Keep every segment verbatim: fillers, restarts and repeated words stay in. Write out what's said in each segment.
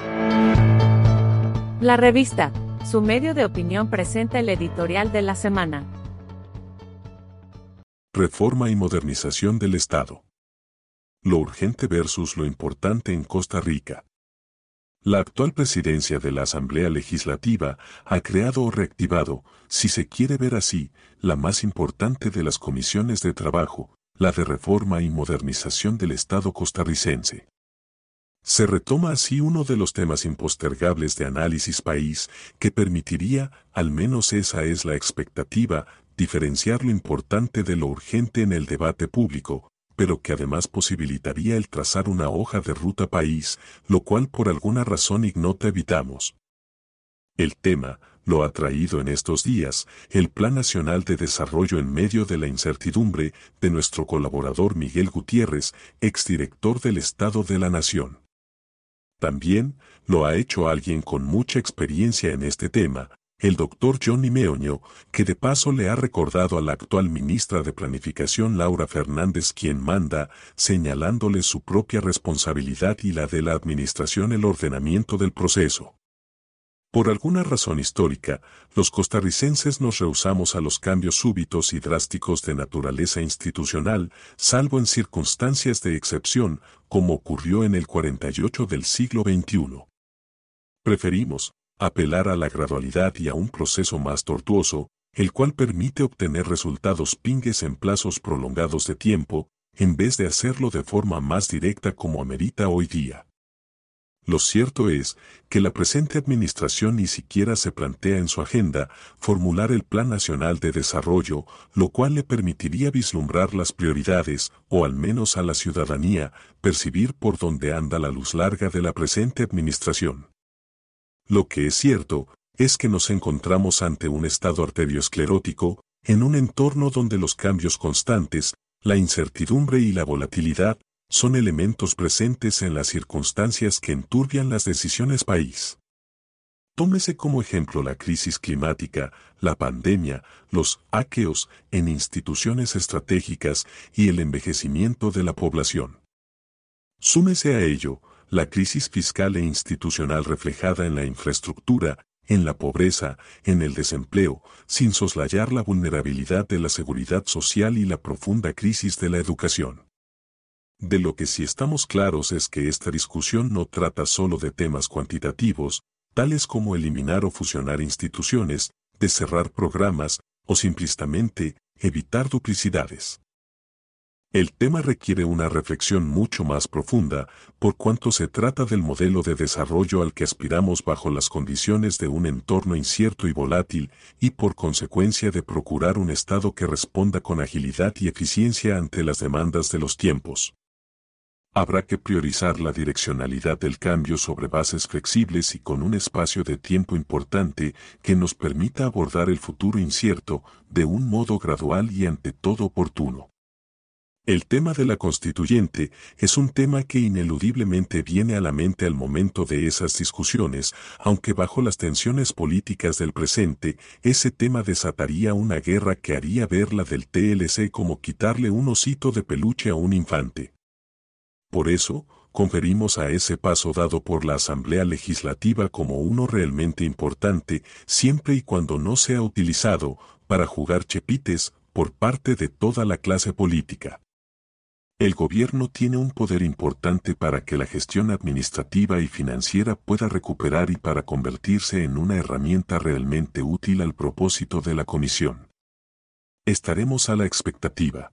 La Revista, su medio de opinión, presenta el editorial de la semana. Reforma y modernización del Estado. Lo urgente versus lo importante en Costa Rica. La actual presidencia de la Asamblea Legislativa ha creado o reactivado, si se quiere ver así, la más importante de las comisiones de trabajo, la de reforma y modernización del Estado costarricense. Se retoma así uno de los temas impostergables de análisis país que permitiría, al menos esa es la expectativa, diferenciar lo importante de lo urgente en el debate público, pero que además posibilitaría el trazar una hoja de ruta país, lo cual por alguna razón ignota evitamos. El tema lo ha traído en estos días el Plan Nacional de Desarrollo en medio de la incertidumbre de nuestro colaborador Miguel Gutiérrez, exdirector del Estado de la Nación. También lo ha hecho alguien con mucha experiencia en este tema, el doctor Johnny Meoño, que de paso le ha recordado a la actual ministra de Planificación Laura Fernández quien manda, señalándole su propia responsabilidad y la de la administración el ordenamiento del proceso. Por alguna razón histórica, los costarricenses nos rehusamos a los cambios súbitos y drásticos de naturaleza institucional, salvo en circunstancias de excepción, como ocurrió en el cuarenta y ocho del siglo veintiuno. Preferimos apelar a la gradualidad y a un proceso más tortuoso, el cual permite obtener resultados pingues en plazos prolongados de tiempo, en vez de hacerlo de forma más directa como amerita hoy día. Lo cierto es que la presente administración ni siquiera se plantea en su agenda formular el Plan Nacional de Desarrollo, lo cual le permitiría vislumbrar las prioridades, o al menos a la ciudadanía, percibir por dónde anda la luz larga de la presente administración. Lo que es cierto es que nos encontramos ante un estado arteriosclerótico, en un entorno donde los cambios constantes, la incertidumbre y la volatilidad son elementos presentes en las circunstancias que enturbian las decisiones país. Tómese como ejemplo la crisis climática, la pandemia, los hackers en instituciones estratégicas y el envejecimiento de la población. Súmese a ello la crisis fiscal e institucional reflejada en la infraestructura, en la pobreza, en el desempleo, sin soslayar la vulnerabilidad de la seguridad social y la profunda crisis de la educación. De lo que sí estamos claros es que esta discusión no trata solo de temas cuantitativos, tales como eliminar o fusionar instituciones, de cerrar programas, o simplistamente evitar duplicidades. El tema requiere una reflexión mucho más profunda, por cuanto se trata del modelo de desarrollo al que aspiramos bajo las condiciones de un entorno incierto y volátil, y por consecuencia de procurar un Estado que responda con agilidad y eficiencia ante las demandas de los tiempos. Habrá que priorizar la direccionalidad del cambio sobre bases flexibles y con un espacio de tiempo importante que nos permita abordar el futuro incierto de un modo gradual y ante todo oportuno. El tema de la constituyente es un tema que ineludiblemente viene a la mente al momento de esas discusiones, aunque bajo las tensiones políticas del presente, ese tema desataría una guerra que haría ver la del T L C como quitarle un osito de peluche a un infante. Por eso, conferimos a ese paso dado por la Asamblea Legislativa como uno realmente importante, siempre y cuando no sea utilizado para jugar chepites por parte de toda la clase política. El gobierno tiene un poder importante para que la gestión administrativa y financiera pueda recuperar y para convertirse en una herramienta realmente útil al propósito de la comisión. Estaremos a la expectativa.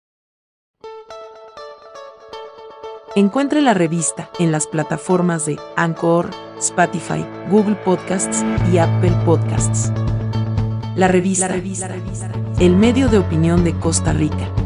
Encuentre la revista en las plataformas de Anchor, Spotify, Google Podcasts y Apple Podcasts. La revista, la revista, el medio de opinión de Costa Rica.